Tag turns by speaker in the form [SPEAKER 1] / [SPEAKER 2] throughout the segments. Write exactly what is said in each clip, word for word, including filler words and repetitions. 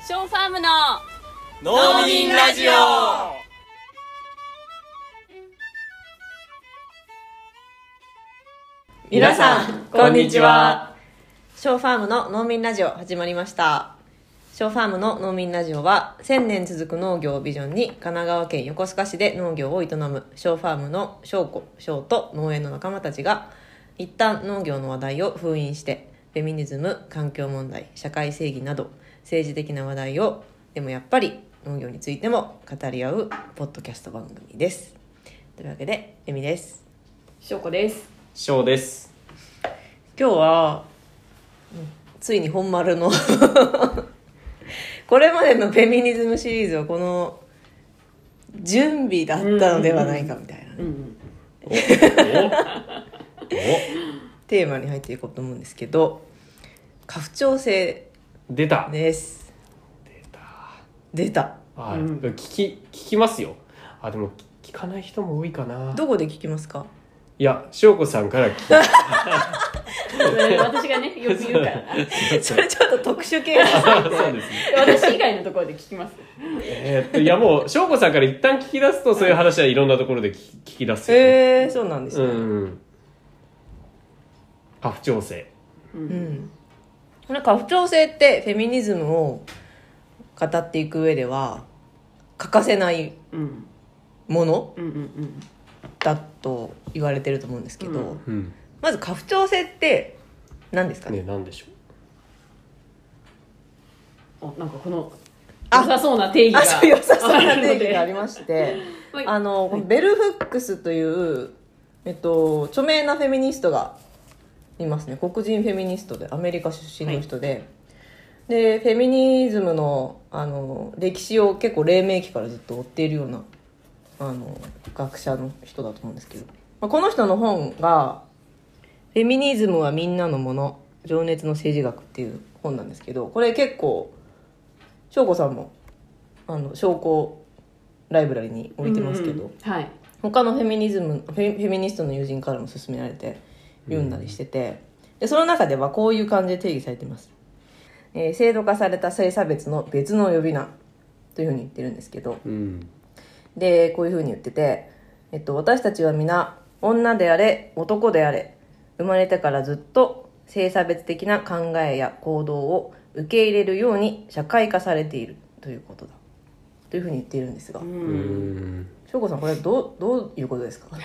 [SPEAKER 1] ショーファームの
[SPEAKER 2] 農民ラジオ。
[SPEAKER 3] 皆さんこんにちは。ショーファームの農民ラジオ始まりました。ショーファームの農民ラジオはせんねん続く農業をビジョンに神奈川県横須賀市で農業を営むショーファームの翔子、翔と農園の仲間たちが一旦農業の話題を封印してフェミニズム、環境問題、社会正義など政治的な話題をでもやっぱり農業についても語り合うポッドキャスト番組です。というわけでエミです。
[SPEAKER 1] 翔子です。
[SPEAKER 2] 翔です。
[SPEAKER 3] 今日はついに本丸のこれまでのフェミニズムシリーズはこの準備だったのではないかみたいな、ねうんうん、テーマに入っていこうと思うんですけど、家父長制
[SPEAKER 2] 出た
[SPEAKER 3] です。
[SPEAKER 2] 出た
[SPEAKER 3] 出た、
[SPEAKER 2] はい、うん、聞き聞きますよ。あ、でも聞かない人も多いかな。
[SPEAKER 3] どこで聞きますか？
[SPEAKER 2] いや、翔子さんから聞き
[SPEAKER 1] 私がねよく言うから
[SPEAKER 3] それちょっと特殊系が
[SPEAKER 2] そうですね。
[SPEAKER 1] 私以外のところで聞きます。
[SPEAKER 2] えー、っといやもう翔子さんから一旦聞き出すとそういう話はいろんなところで聞き、聞き出すよ、ね。
[SPEAKER 3] えー、そうなんですね。うん。
[SPEAKER 2] 家父長制。
[SPEAKER 3] うん。これ家父長制ってフェミニズムを語っていく上では欠かせないものだと言われてると思うんですけど、うんうん、まず家父長制って何ですかね。
[SPEAKER 2] ね、何でし
[SPEAKER 1] ょう。あ、なんかこの良さそうな定義が
[SPEAKER 3] あそう良さそうな定義がありましてあの、はい、ベルフックスという、えっと、著名なフェミニストがいますね。黒人フェミニストでアメリカ出身の人で、はい、でフェミニズム の, あの歴史を結構黎明期からずっと追っているようなあの学者の人だと思うんですけど、まあ、この人の本がフェミニズムはみんなのもの、情熱の政治学っていう本なんですけど、これ結構翔子さんもあの証拠ライブラリに置いてますけど、
[SPEAKER 1] うんうん、はい、
[SPEAKER 3] 他のフェミニズムフェフェミニストの友人からも勧められて読んだりしてて、でその中ではこういう感じで定義されています。えー、制度化された性差別の別の呼び名というふうに言ってるんですけど、うん、でこういうふうに言ってて、えっと、私たちは皆女であれ男であれ生まれてからずっと性差別的な考えや行動を受け入れるように社会化されているということだというふうに言っているんですが、うん、翔子さんこれはどう、どういうことですか？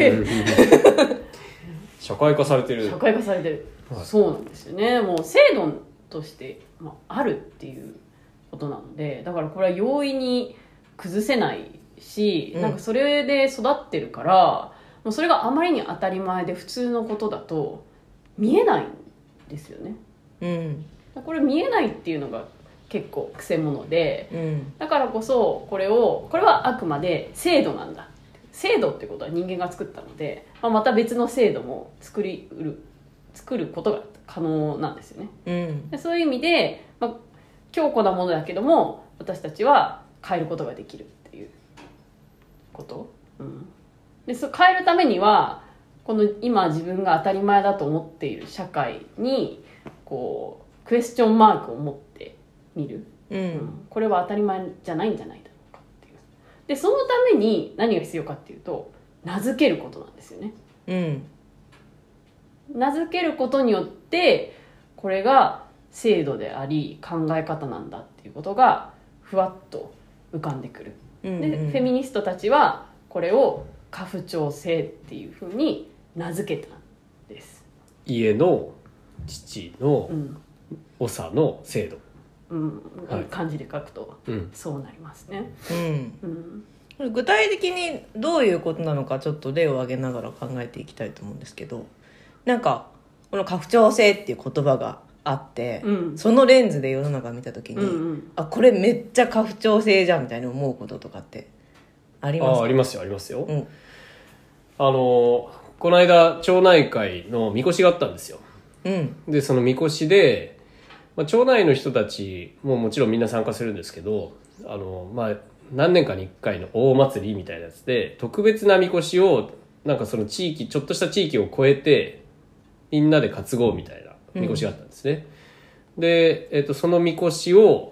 [SPEAKER 2] 社会化されてる。
[SPEAKER 1] 社会化されてる、はい、そうなんですよね。もう制度として、まあ、あるっていうことなので、だからこれは容易に崩せないし、うん、なんかそれで育ってるからもうそれがあまりに当たり前で普通のことだと見えないんですよね、うん、これ見えないっていうのが結構くせ者で、うん、だからこそこれをこれはあくまで制度なんだ、制度ってことは人間が作ったので、まあ、また別の制度も作りうる作ることが可能なんですよね、うん、でそういう意味で、まあ、強固なものだけども私たちは変えることができるっていうこと、うん、でそう変えるためにはこの今自分が当たり前だと思っている社会にこうクエスチョンマークを持ってみる、うんうん、これは当たり前じゃないんじゃないだろうかっていう。でそのために何が必要かっていうと名付けることなんですよね、うん、名付けることによってこれが制度であり考え方なんだっていうことがふわっと浮かんでくる、うんうん、でフェミニストたちはこれを家父長制っていうふうに名付けたんです。
[SPEAKER 2] 家の父の長の制度、
[SPEAKER 1] うんはい、漢字で書くとそうなりますね、
[SPEAKER 3] うんうん、具体的にどういうことなのかちょっと例を挙げながら考えていきたいと思うんですけど、なんかこの家父長制っていう言葉があって、うん、そのレンズで世の中見た時に、うんうん、あこれめっちゃ家父長制じゃんみたいに思うこととかってありますか？
[SPEAKER 2] あ、ありますよありますよ、うん、あのこの間町内会のみこしがあったんですよ、うん、でそのみこしで、まあ、町内の人たちももちろんみんな参加するんですけど、あの、まあ、何年かにいっかいの大祭りみたいなやつで特別なみこしをなんかその地域ちょっとした地域を越えてみんなで担ごうみたいなみこしがあったんですね、うん、で、えーと、そのみこしを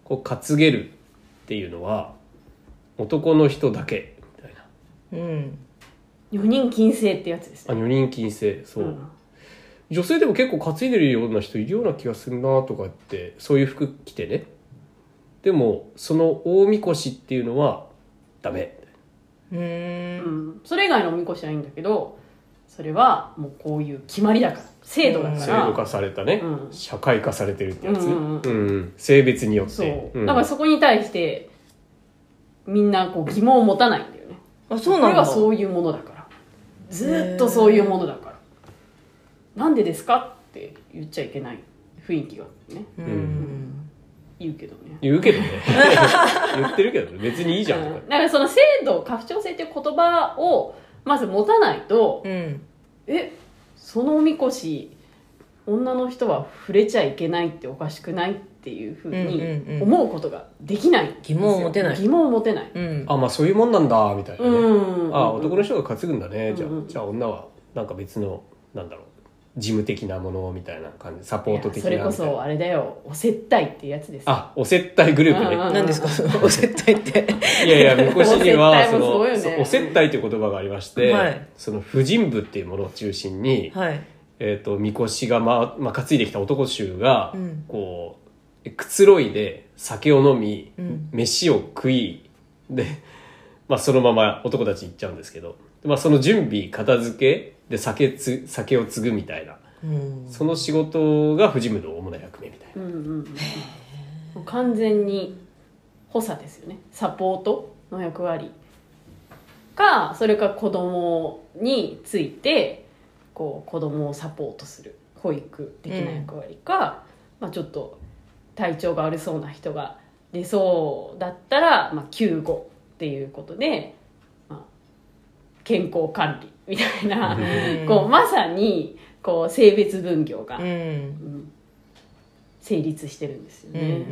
[SPEAKER 2] こう担げるっていうのは男の人だけみたいな、
[SPEAKER 3] うん、
[SPEAKER 1] よにん禁制ってやつですね。
[SPEAKER 2] あ、よにん禁制、そう、うん、女性でも結構担いでるような人いるような気がするなとかって、そういう服着てね。でもその大みこしっていうのはダメ。
[SPEAKER 3] うーん、
[SPEAKER 1] うん、それ以外のおみこしはいいんだけど、それはもうこういう決まりだから、制度だから、
[SPEAKER 2] 制度化されたね、うん、社会化されてるってやつ、うんうんうん、性別によって。
[SPEAKER 1] そう、うん、だからそこに対してみんなこう疑問を持たないんだよね。
[SPEAKER 3] あ、そうなんだ。
[SPEAKER 1] これはそういうものだから、ずっとそういうものだから、なんでですかって言っちゃいけない雰囲気がね、うん、言うけどね
[SPEAKER 2] 言うけどね言ってるけどね、別にいいじゃん、うん、
[SPEAKER 1] だからその制度、家父長制っていう言葉をまず持たないと、うん、えそのおみこし女の人は触れちゃいけないっておかしくないっていうふうに思うことができないんですよ。
[SPEAKER 3] 疑問を持てない
[SPEAKER 1] 疑問を持てない、
[SPEAKER 2] うん、あ、まあそういうもんなんだみたいなね、うん、あ、男の人が担ぐんだね、うん、じゃあ、じゃあ女はなんか別のなんだろう事務的なものみたいな感じ、サポート的な。
[SPEAKER 1] それこそあれだよ、お接待っていうやつですよ。
[SPEAKER 2] あ、お接待グループね。
[SPEAKER 3] 何ですかお接待って
[SPEAKER 2] いやいや、みこしにはそのお接待という言葉がありまして、はい、その婦人部っていうものを中心に、はい、えーと、みこしが、まあまあ、担いできた男衆が、うん、こうくつろいで酒を飲み、うん、飯を食いで、まあ、そのまま男たち行っちゃうんですけど、まあ、その準備片付けで 酒, つ酒を継ぐみたいな、うん、その仕事が婦人部の主な役目みたいな、うんうん
[SPEAKER 1] うん、完全に補佐ですよね。サポートの役割か、それか子供についてこう子供をサポートする保育的な役割か、うん、まあ、ちょっと体調が悪そうな人が出そうだったら、まあ、救護っていうことで、まあ、健康管理みたいな、うん、こうまさにこう性別分業が、うんうん、成立してるんですよね、うんうんうん、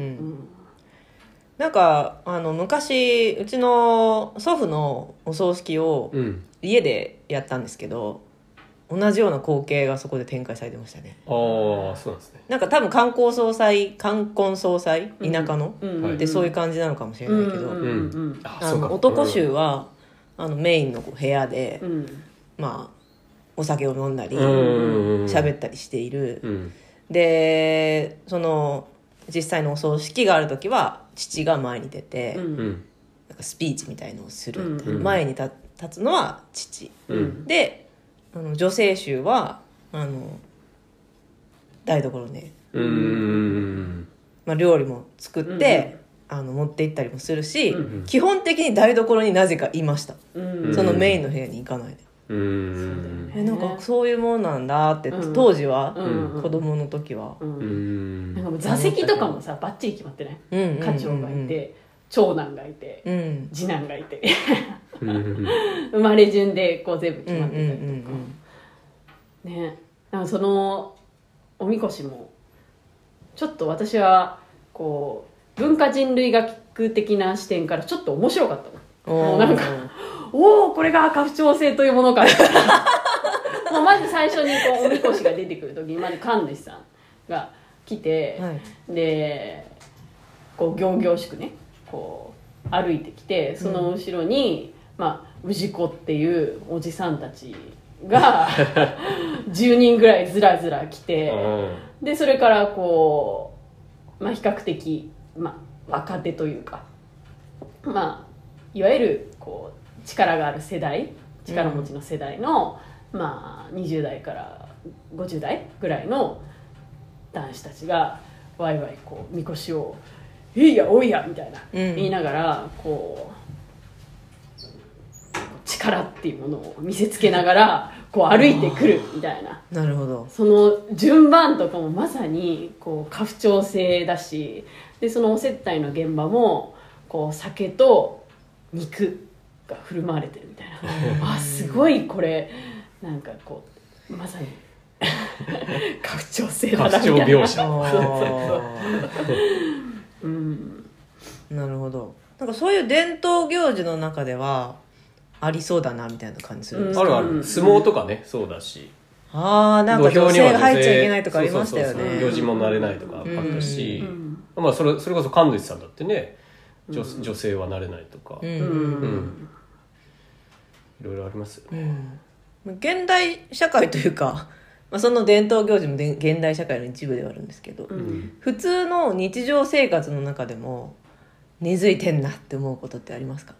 [SPEAKER 3] なんかあの昔うちの祖父のお葬式を家でやったんですけど、うん、同じような光景がそこで展開されてましたね。
[SPEAKER 2] ああ、そうなんですね。
[SPEAKER 3] なんか多分観光総裁冠婚葬祭、田舎の、うんうん、でそういう感じなのかもしれないけど、うんうんうん、あの男衆はあのメインの部屋で、うん、まあお酒を飲んだり喋ったりしている、うん、でその実際のお葬式がある時は父が前に出て、うん、なんかスピーチみたいのをするみたいな、うん、前に立つのは父、うん、であの女性衆はあの台所で、うん、まあ、料理も作って、うん、あの持って行ったりもするし、うん、基本的に台所になぜかいました、うん、そのメインの部屋に行かないで、うん、えなんかそういうもんなんだって、うん、当時は、うん、子供の時は、うん、
[SPEAKER 1] なんかもう座席とかもさバッチリ決まってない、うん、家長がいて、長男がいて、うん、次男がいて生まれ順でこう全部決まってたりとか、うんうんうんうん、ね、なんかそのおみこしもちょっと私はこう文化人類学的な視点からちょっと面白かったの。もうなんかおおこれが家父長制というものかもうまず最初にこうおみこしが出てくる時にまず神主さんが来て、はい、でこう仰々しくねこう歩いてきて、その後ろに、うん、まあ氏子っていうおじさんたちがじゅうにんぐらいずらずら来て、でそれからこう、まあ、比較的、まあ、若手というか、まあ、いわゆるこう力がある世代力持ちの世代の、うん、まあ、にじゅう代からごじゅう代ぐらいの男子たちがワイワイこうみこしを「いいやおいや」みたいな言いながら、こう力っていうものを見せつけながらこう歩いてくるみたいな。
[SPEAKER 3] なるほど。
[SPEAKER 1] その順番とかもまさにこう家父長制だし、でそのお接待の現場もこう酒と肉が振る舞われてるみたいなあ、すごいこれなんかこうまさに家父長制だなみたいな。
[SPEAKER 2] 家父長描写
[SPEAKER 1] そうそうそう、うん、
[SPEAKER 3] なるほど。なんかそういう伝統行事の中ではありそうだなみたいな感じするんですか、
[SPEAKER 2] うん、あるある。相撲とかね、そうだし、
[SPEAKER 3] ああ、なんか女性が入っちゃいけないとかありましたよね。
[SPEAKER 2] 行事もなれないとかあったし、うんうん、 まあそれそれこそ神主さんだってね、女, 女性はなれないとか、うんうん、いろいろありますよね、
[SPEAKER 3] うん、現代社会というか、まあ、その伝統行事もで現代社会の一部ではあるんですけど、うん、普通の日常生活の中でも根付いてんなって思うことってありますか？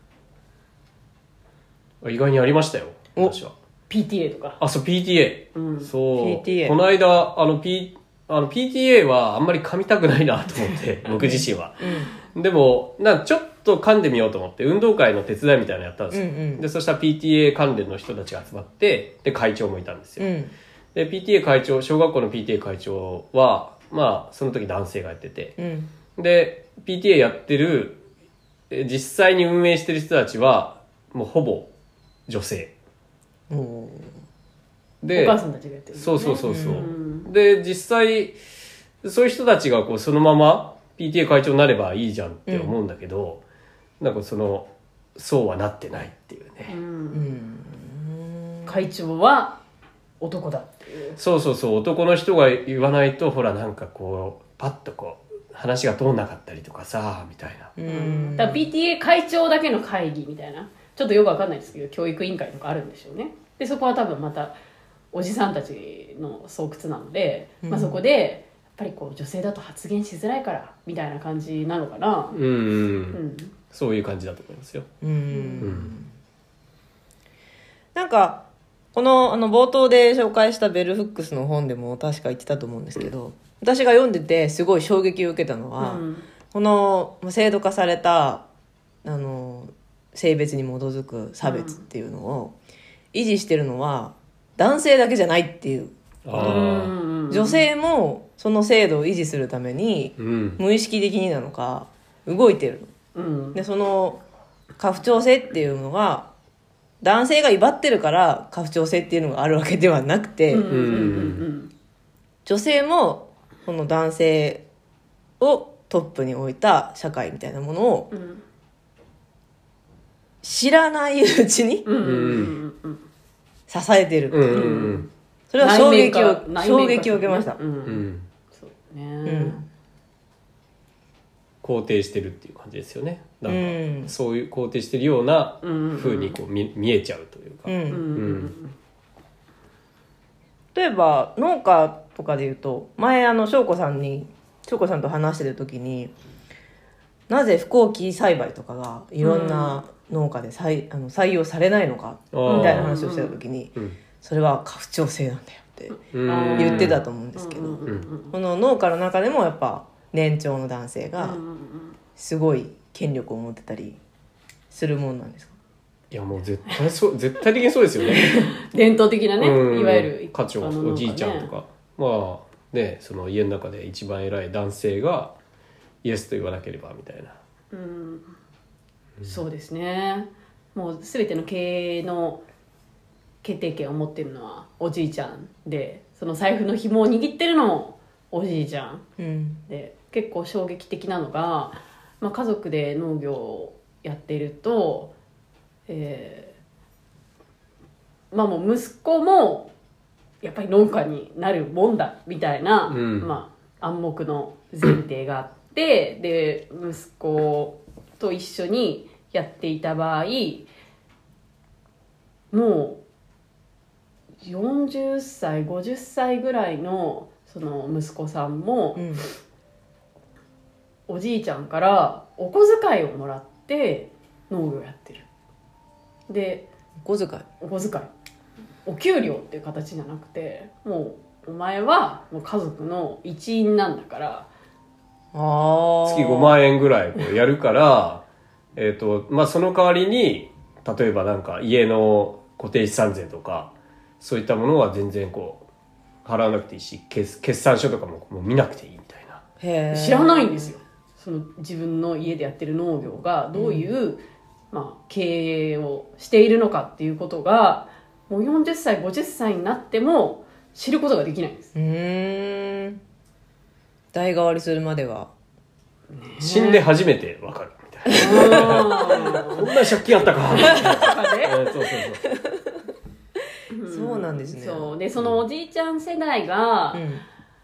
[SPEAKER 2] 意外にありましたよ、私は。
[SPEAKER 1] ピーティーエー とか。
[SPEAKER 2] あ、そう ピーティーエー、うん、そう
[SPEAKER 3] ピーティーエー
[SPEAKER 2] この間あの Pあの ピーティーエー はあんまり噛みたくないなと思って僕自身は、うん、でもなんちょっと噛んでみようと思って運動会の手伝いみたいなのやったんですよ、うんうん、でそしたら ピーティーエー 関連の人たちが集まってで会長もいたんですよ、うん、で ピーティーエー 会長小学校の ピーティーエー 会長はまあその時男性がやってて、うん、で ピーティーエー やってる実際に運営してる人たちはもうほぼ女性
[SPEAKER 1] で、お母さんたちがやってる、ね、
[SPEAKER 2] そうそうそうそう、うん、で実際そういう人たちがこうそのまま ピーティーエー 会長になればいいじゃんって思うんだけど、うん、なんかそのそうはなってないっていうね、うん
[SPEAKER 1] うん、会長は男だっていう。
[SPEAKER 2] そうそうそう、男の人が言わないとほらなんかこうパッとこう話が通んなかったりとかさみたいな、
[SPEAKER 1] うん、だから ピーティーエー 会長だけの会議みたいな、ちょっとよくわかんないですけど教育委員会とかあるんでしょうね。でそこは多分またおじさんたちの巣窟なので、うんまあ、そこでやっぱりこう女性だと発言しづらいからみたいな感じなのかな。うん、うん、
[SPEAKER 2] そういう感じだと思いますよ。うん、うん、
[SPEAKER 3] なんかこの、あの冒頭で紹介したベルフックスの本でも確か言ってたと思うんですけど、うん、私が読んでてすごい衝撃を受けたのは、うん、この制度化されたあの性別に基づく差別っていうのを維持してるのは男性だけじゃないっていう。あ女性もその制度を維持するために、うん、無意識的になのか動いてるの、うん、でその家父長制っていうのが男性が威張ってるから家父長制っていうのがあるわけではなくて、うんうんうんうん、女性もこの男性をトップに置いた社会みたいなものを、うん知らないうちに支えてるっていう、うんうん、それは衝撃を衝撃を受けました、うんうん、そうね、うん、
[SPEAKER 2] 肯定してるっていう感じですよね。なんか、うん、そういう肯定してるような風にこう 見, 見えちゃうというか、うんうん、
[SPEAKER 3] 例えば農家とかでいうと前あの翔子さんに翔子さんと話してる時になぜ不耕起栽培とかがいろんな農家で 採, あの採用されないのかみたいな話をしてた時に、うん、それは家父長制なんだよって言ってたと思うんですけど、うん、この農家の中でもやっぱ年長の男性がすごい権力を持ってたりするもんなんですか？
[SPEAKER 2] いやもう絶対そう絶対的にそうですよね
[SPEAKER 1] 伝統的なね、うん、いわゆる
[SPEAKER 2] 家長、ね、おじいちゃんとかまあねその家の中で一番偉い男性がイエスと言わなければみたいな、うん
[SPEAKER 1] うん、そうですね。もう全ての経営の決定権を持ってるのはおじいちゃんで、その財布の紐を握ってるのもおじいちゃん、うん、で結構衝撃的なのが、まあ、家族で農業をやっていると、えー、まあもう息子もやっぱり農家になるもんだみたいな、うん、まあ、暗黙の前提があってで息子と一緒にやっていた場合もうよんじゅっさいごじゅっさいぐらいのその息子さんも、うん、おじいちゃんからお小遣いをもらって農業やってる。で
[SPEAKER 3] お小遣い
[SPEAKER 1] お小遣いお給料っていう形じゃなくてもうお前はもう家族の一員なんだから
[SPEAKER 2] あ月ごまんえんぐらいこうやるからえと、まあ、その代わりに例えばなんか家の固定資産税とかそういったものは全然こう払わなくていいし 決, 決算書とか も, もう見なくていいみたいな。
[SPEAKER 1] へ知らないんですよ。その自分の家でやってる農業がどういう、うんまあ、経営をしているのかっていうことがもうよんじゅっさいごじゅっさいになっても知ることができないんです。うー
[SPEAKER 3] ん代替わりするまでは、
[SPEAKER 2] ね、死んで初めて分かるみたいなこんな借金あったかみたいなそうそう
[SPEAKER 3] そうそうなんですね。
[SPEAKER 1] そうでそのおじいちゃん世代が、うん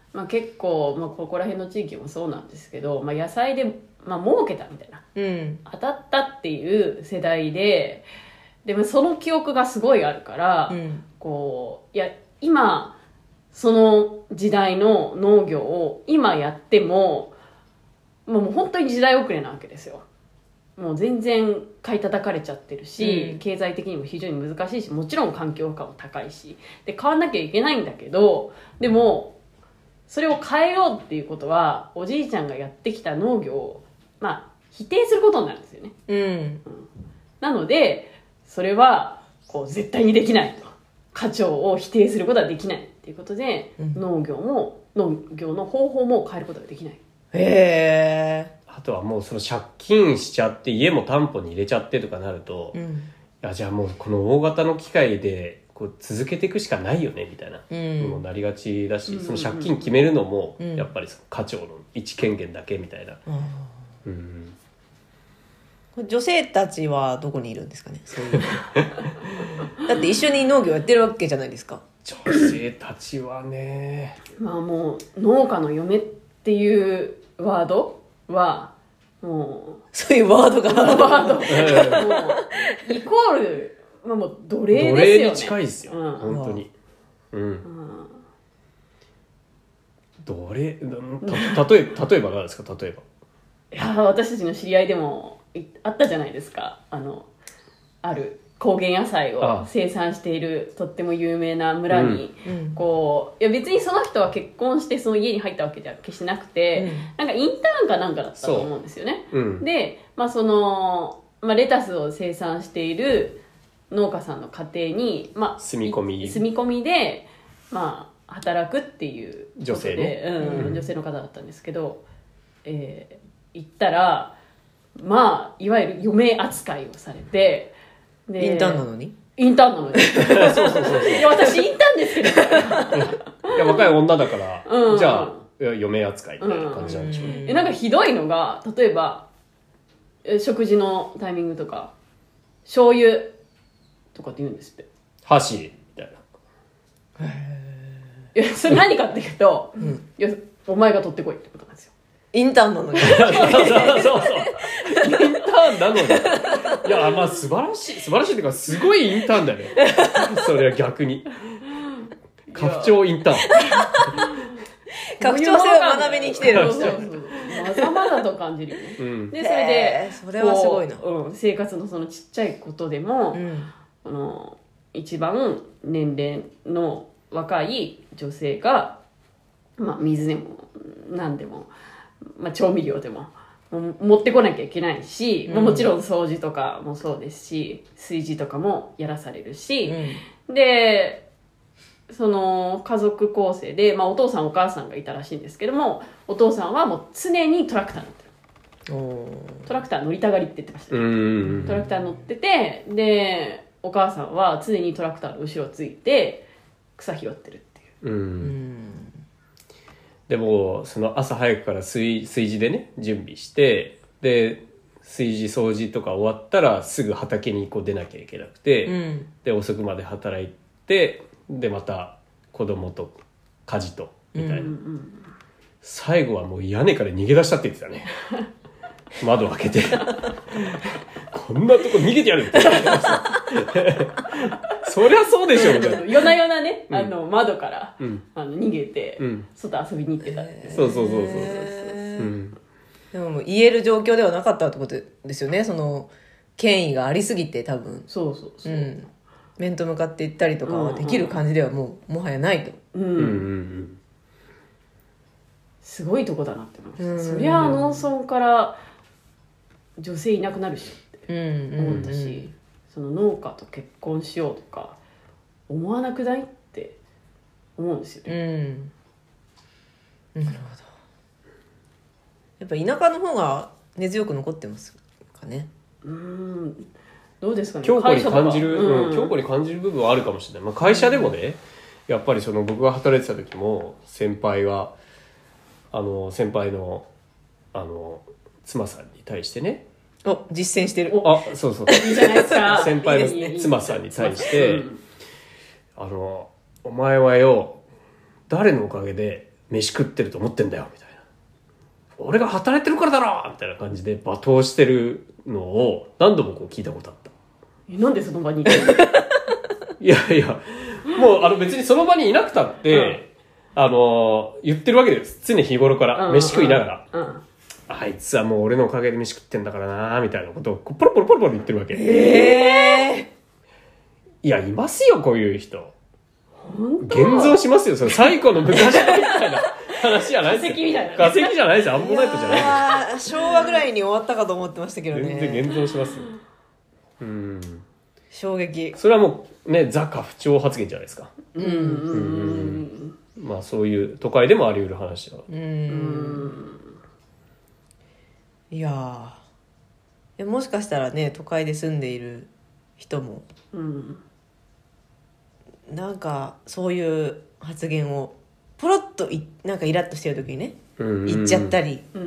[SPEAKER 1] まあ、結構、まあ、ここら辺の地域もそうなんですけど、まあ、野菜で、まあ、儲けたみたいな、
[SPEAKER 3] うん、
[SPEAKER 1] 当たったっていう世代で、でもその記憶がすごいあるから、うん、こういや今その時代の農業を今やってももう本当に時代遅れなわけですよ。もう全然買い叩かれちゃってるし、うん、経済的にも非常に難しいし、もちろん環境負荷も高いしで変わんなきゃいけないんだけど、でもそれを変えようっていうことはおじいちゃんがやってきた農業を、まあ、否定することになるんですよね、
[SPEAKER 3] うんうん、
[SPEAKER 1] なのでそれはこう絶対にできないと、家長を否定することはできないっていうことで、うん、農業も農業の方法も変えることができない。
[SPEAKER 3] へー。
[SPEAKER 2] あとはもうその借金しちゃって家も担保に入れちゃってとかなると、うん、いやじゃあもうこの大型の機械でこう続けていくしかないよねみたいな、うん、もうなりがちだし、その借金決めるのもやっぱりその家長の一権限だけみたいな、うん
[SPEAKER 3] うん、女性たちはどこにいるんですかね、そういうだって一緒に農業やってるわけじゃないですか。
[SPEAKER 2] 女性たちはね、
[SPEAKER 1] まあもう農家の嫁っていうワードはもう
[SPEAKER 3] そういうワードが
[SPEAKER 1] ワードもうイコール、まあ、もう奴隷ですよね。奴
[SPEAKER 2] 隷に近いですよ、うん、本当に、うんうん、奴隷た例え例えば何ですか。例えば
[SPEAKER 1] いや私たちの知り合いでもあったじゃないですか。あのある高原野菜を生産しているとっても有名な村に、うん、こういや別にその人は結婚してその家に入ったわけじゃ決してなくて、うん、なんかインターンかなんかだったと思うんですよね、うん、で、まあそのまあ、レタスを生産している農家さんの家庭に、まあ、
[SPEAKER 2] 住み込み
[SPEAKER 1] 住み込みで、まあ、働くっていう
[SPEAKER 2] 女性ね、
[SPEAKER 1] うんうん、女性の方だったんですけど、えー、行ったらまあいわゆる嫁扱いをされて、
[SPEAKER 3] インターンなのに
[SPEAKER 1] インターンなのにそうそうそうそういや私インターンですけど
[SPEAKER 2] いや若い女だから、うん、じゃあ嫁扱いみたいな感じなんでしょうね、
[SPEAKER 1] うん、えなんかひどいのが例えば食事のタイミングとか醤油とかって言うんですって。
[SPEAKER 2] 箸みたいな。
[SPEAKER 1] いやそれ何かっていうと、うん、いやお前が取ってこいってことなんですよ。
[SPEAKER 3] インターンなのにそう
[SPEAKER 2] そうそうインターンなのにいやまあ素晴らしい素晴らしいっていうかすごいインターンだねそれは逆に家父長インターン
[SPEAKER 3] 家父長性を学びに来てるんですよ。
[SPEAKER 1] まざまざと感じるよね、うん、でそれで、
[SPEAKER 3] えー、それはすごいな、
[SPEAKER 1] うん、生活のそのちっちゃいことでも、うん、あの一番年齢の若い女性が、まあ、水でも何でも、まあ、調味料でも持ってこなきゃいけないし、うん、もちろん掃除とかもそうですし炊事とかもやらされるし、うん、でその家族構成で、まあ、お父さんお母さんがいたらしいんですけども、お父さんはもう常にトラクター乗ってる。トラクター乗りたがりって言ってましたね。トラクター乗ってて、でお母さんは常にトラクターの後ろついて草拾ってるっていう。うん
[SPEAKER 2] でもその朝早くから 炊, 炊事でね準備して、で炊事掃除とか終わったらすぐ畑にこう出なきゃいけなくて、うん、で遅くまで働いて、でまた子供と家事とみたいな、うんうん、最後はもう屋根から逃げ出したって言ってたね窓開けてこんなとこ逃げてやるってそりゃそうでしょみたいな
[SPEAKER 1] 夜な夜なね、うん、あの窓から、うん、あの逃げて、うん、外遊びに行ってた、ね、
[SPEAKER 2] そうそうそうそうそう、うん、
[SPEAKER 3] でももう言える状況ではなかったってことですよね。その権威がありすぎて多分
[SPEAKER 1] そうそうそう、うん
[SPEAKER 3] 面と向かっていったりとかはできる感じではもうもはやないと、うんうんうん、
[SPEAKER 1] すごいとこだなって思いました、うんうん、そりゃ農村から女性いなくなるしって思ったし、うんうんうん、その農家と結婚しようとか思わなくないって思うんですよね、
[SPEAKER 3] うん、なるほど。やっぱ田舎の方が根強く残ってますかね。
[SPEAKER 1] うんどうですかね。
[SPEAKER 2] 強固に感じる、うん、強固に感じる部分はあるかもしれない、まあ、会社でもね、うん、やっぱりその僕が働いてた時も先輩があの先輩のあの妻さんに対してね、
[SPEAKER 3] お実践してる。
[SPEAKER 2] あそうそう
[SPEAKER 1] いいじゃないですか。
[SPEAKER 2] 先輩の妻さんに対して、うん、あのお前はよ誰のおかげで飯食ってると思ってんだよみたいな、俺が働いてるからだろみたいな感じで罵倒してるのを何度もこう聞いたことあった。
[SPEAKER 1] え、なんでその場にいて
[SPEAKER 2] いやいや、もうあの別にその場にいなくたって、うん、あの言ってるわけです。常日頃から、うん、飯食いながら、うんうん、あいつはもう俺のおかげで飯食ってんだからなみたいなことをポロポロポロポロ言ってるわけ。
[SPEAKER 3] え
[SPEAKER 2] ー、いや、いますよこういう人。現像しますよ、その最古の昔みたいな話じゃないですよ。
[SPEAKER 1] 化石みたいな。
[SPEAKER 2] 化石じゃないですよ。アンモナイトじゃない
[SPEAKER 3] ですよ。昭和ぐらいに終わったかと思ってましたけどね。
[SPEAKER 2] 全然現像しますよ。うん。
[SPEAKER 3] 衝撃。
[SPEAKER 2] それはもうね、ザ家父長発言じゃないですか。
[SPEAKER 3] うん。うん。
[SPEAKER 2] まあそういう都会でもあり得る話だ。
[SPEAKER 3] うん。いやー、もしかしたらね、都会で住んでいる人も、うん、なんかそういう発言をポロッといなんかイラッとしてる時にね、うんうん、言っちゃったり、うんうん、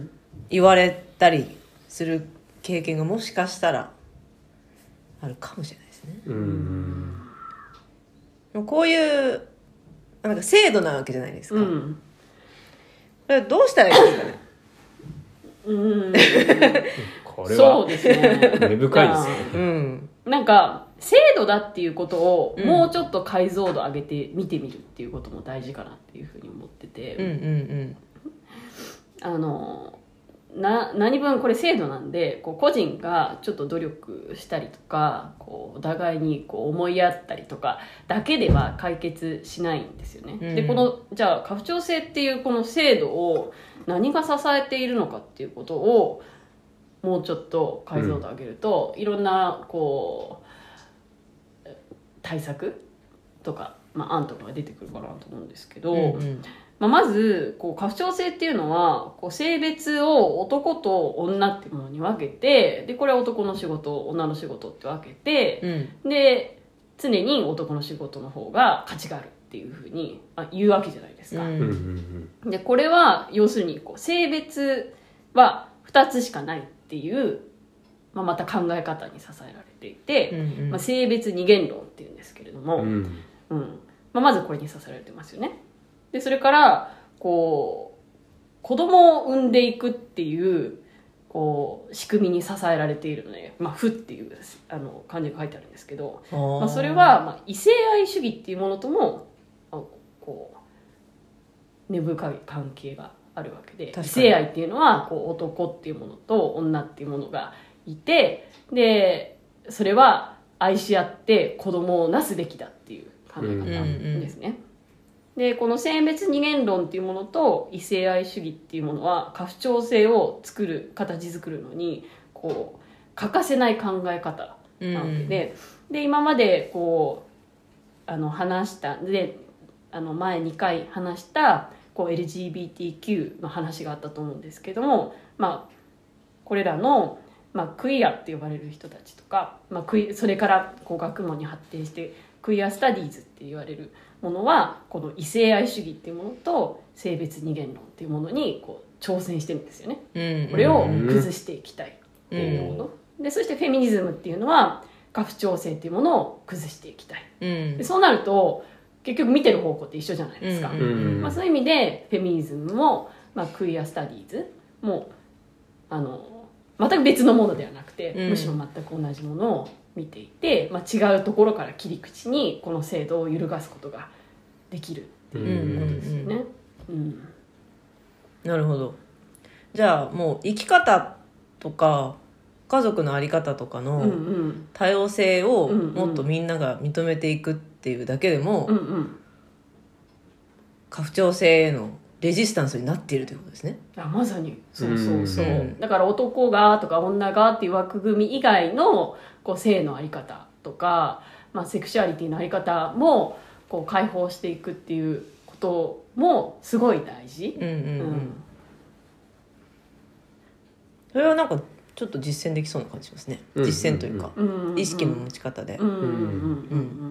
[SPEAKER 3] 言われたりする経験がもしかしたらあるかもしれないですね。うんうん、こういうなんか制度なわけじゃないですか。うん、だからどうしたらいいですかね。
[SPEAKER 1] うん
[SPEAKER 2] これはそうですね。根深いですね。
[SPEAKER 1] うん、なんか制度だっていうことをもうちょっと解像度上げて見てみるっていうことも大事かなっていうふうに思ってて、うんうんうん、あのな何分これ制度なんでこう個人がちょっと努力したりとかこうお互いにこう思いやったりとかだけでは解決しないんですよね、うん、でこのじゃあ家父長制っていうこの制度を何が支えているのかっていうことをもうちょっと解像度上げると、うん、いろんなこう対策とか、まあ、案とかが出てくるかなと思うんですけど、うんうんまあ、まずこう家父長制っていうのはこう性別を男と女っていうものに分けてでこれは男の仕事女の仕事って分けて、うん、で常に男の仕事の方が価値があるっていうふうに言うわけじゃないですか、うん、でこれは要するにこう性別はふたつしかないっていう、まあ、また考え方に支えられていて、うんうんまあ、性別二元論っていうんですけれども、うんうんまあ、まずこれに支えられてますよね。でそれからこう子供を産んでいくっていうこう仕組みに支えられているので、まあ、負っていうあの漢字が書いてあるんですけど、まあ、それはまあ異性愛主義っていうものともこう根深い関係があるわけで異性愛っていうのはこう男っていうものと女っていうものがいてでそれは愛し合って子供をなすべきだっていう考え方ですね、うんうんでこの性別二元論っていうものと異性愛主義っていうものは家父長制を作る形作るのにこう欠かせない考え方なわけで、うん、で今までこうあの話したであの前にかい話したこう エルジービーティーキュー の話があったと思うんですけども、まあ、これらの、まあ、クイアって呼ばれる人たちとか、まあ、クイそれからこう学問に発展してクイアスタディーズって言われるものはこの異性愛主義っていうものと性別二元論っていうものにこう挑戦してるんですよね、うん、これを崩していきたいっていうもの、うん、でそしてフェミニズムっていうのは家父長制っていうものを崩していきたい、うん、でそうなると結局見てる方向って一緒じゃないですか、うんうんまあ、そういう意味でフェミニズムも、まあ、クイアスタディーズもあの全く別のものではなくて、うん、むしろ全く同じものを見ていて、まあ、違うところから切り口にこの制度を揺るがすことができるっていうことですよね、うんうんうん、
[SPEAKER 3] なるほど。じゃあもう生き方とか家族の在り方とかの多様性をもっとみんなが認めていくっていうだけでも、うんうん、家父長制へのレジスタンスになっているということですね。
[SPEAKER 1] あまさにそうそうそう、うん、だから男がとか女がっていう枠組み以外のこう性の在り方とか、まあ、セクシュアリティの在り方もこう解放していくっていうこともすごい大事、うんうんうんうん、
[SPEAKER 3] それはなんかちょっと実践できそうな感じしますね、うんうんうん、実践というか、うんうんうん、意識の持ち方で、うんうんうんうん、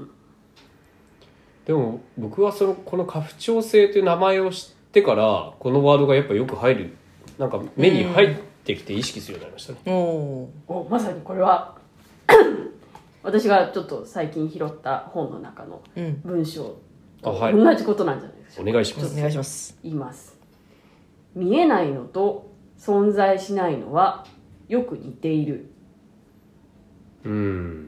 [SPEAKER 2] でも僕はそのこの家父長制という名前を知ってからこのワードがやっぱよく入るなんか目に入ってきて意識するようになりましたね、うん、
[SPEAKER 1] おおまさにこれは私がちょっと最近拾った本の中の文章と同じことなんじゃないですか。
[SPEAKER 2] お願いします。
[SPEAKER 3] お願いします。
[SPEAKER 1] 言います。見えないのと存在しないのはよく似ている。
[SPEAKER 2] うん、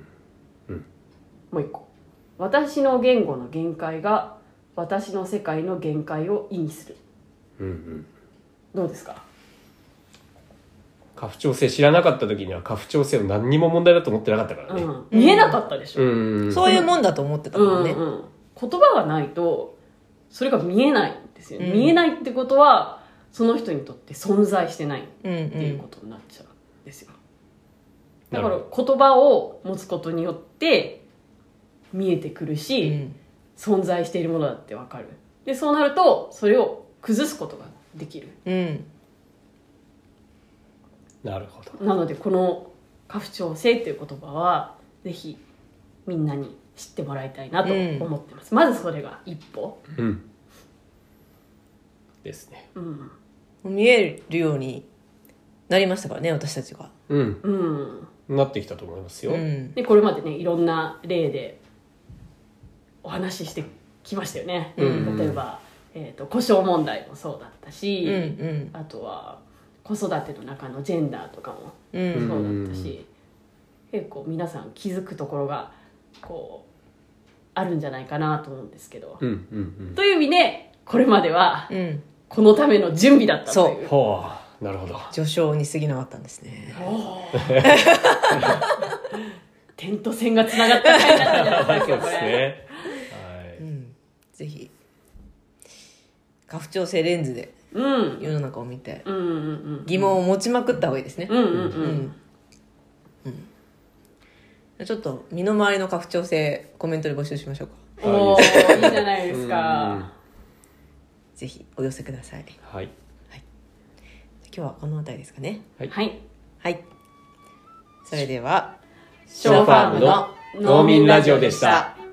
[SPEAKER 2] うん、
[SPEAKER 1] もう一個。私の言語の限界が私の世界の限界を意味する。
[SPEAKER 2] うんうん、
[SPEAKER 1] どうですか？
[SPEAKER 2] 家父長制知らなかった時には家父長制を何にも問題だと思ってなかったからね、
[SPEAKER 1] うん、見えなかったでしょ、
[SPEAKER 3] うん、そういうもんだと思ってたもんね、
[SPEAKER 1] うんうん、言葉がないとそれが見えないんですよ、うん、見えないってことはその人にとって存在してないっていうことになっちゃうんですよ。だから言葉を持つことによって見えてくるし、うん、存在しているものだって分かる。でそうなるとそれを崩すことができる、うん、
[SPEAKER 2] なるほど。
[SPEAKER 1] なのでこの家父長制という言葉はぜひみんなに知ってもらいたいなと思ってます、うん、まずそれが一歩、うん、
[SPEAKER 2] ですね、
[SPEAKER 3] うん、見えるようになりましたからね私たちが、
[SPEAKER 2] うん、うん、なってきたと思いますよ、うん、
[SPEAKER 1] でこれまでねいろんな例でお話ししてきましたよね、うん、例えば、えーと、故障問題もそうだったし、うんうん、あとは子育ての中のジェンダーとかもそうだったし、うん、結構皆さん気づくところがこうあるんじゃないかなと思うんですけど、うんうんうん、という意味でこれまではこのための準備だったという、
[SPEAKER 2] そう、なるほど、
[SPEAKER 3] 序章に過ぎなかったんですね
[SPEAKER 1] 点と線がつながった回になったんじゃないですかこれ。そうですね、
[SPEAKER 3] はい、うん、ぜひ家父長制レンズで世の中を見て、うんうんうん、疑問を持ちまくった方がいいですね、うんうんうんうん、ちょっと身の回りの家父長制コメントで募集しましょうか。
[SPEAKER 1] おー、いいじゃないですか
[SPEAKER 3] ぜひお寄せください。
[SPEAKER 2] はい、
[SPEAKER 3] はい、今日はこの辺りですかね。
[SPEAKER 1] はい、はい
[SPEAKER 3] はい、それでは
[SPEAKER 1] ショーファームの農民ラジオでした。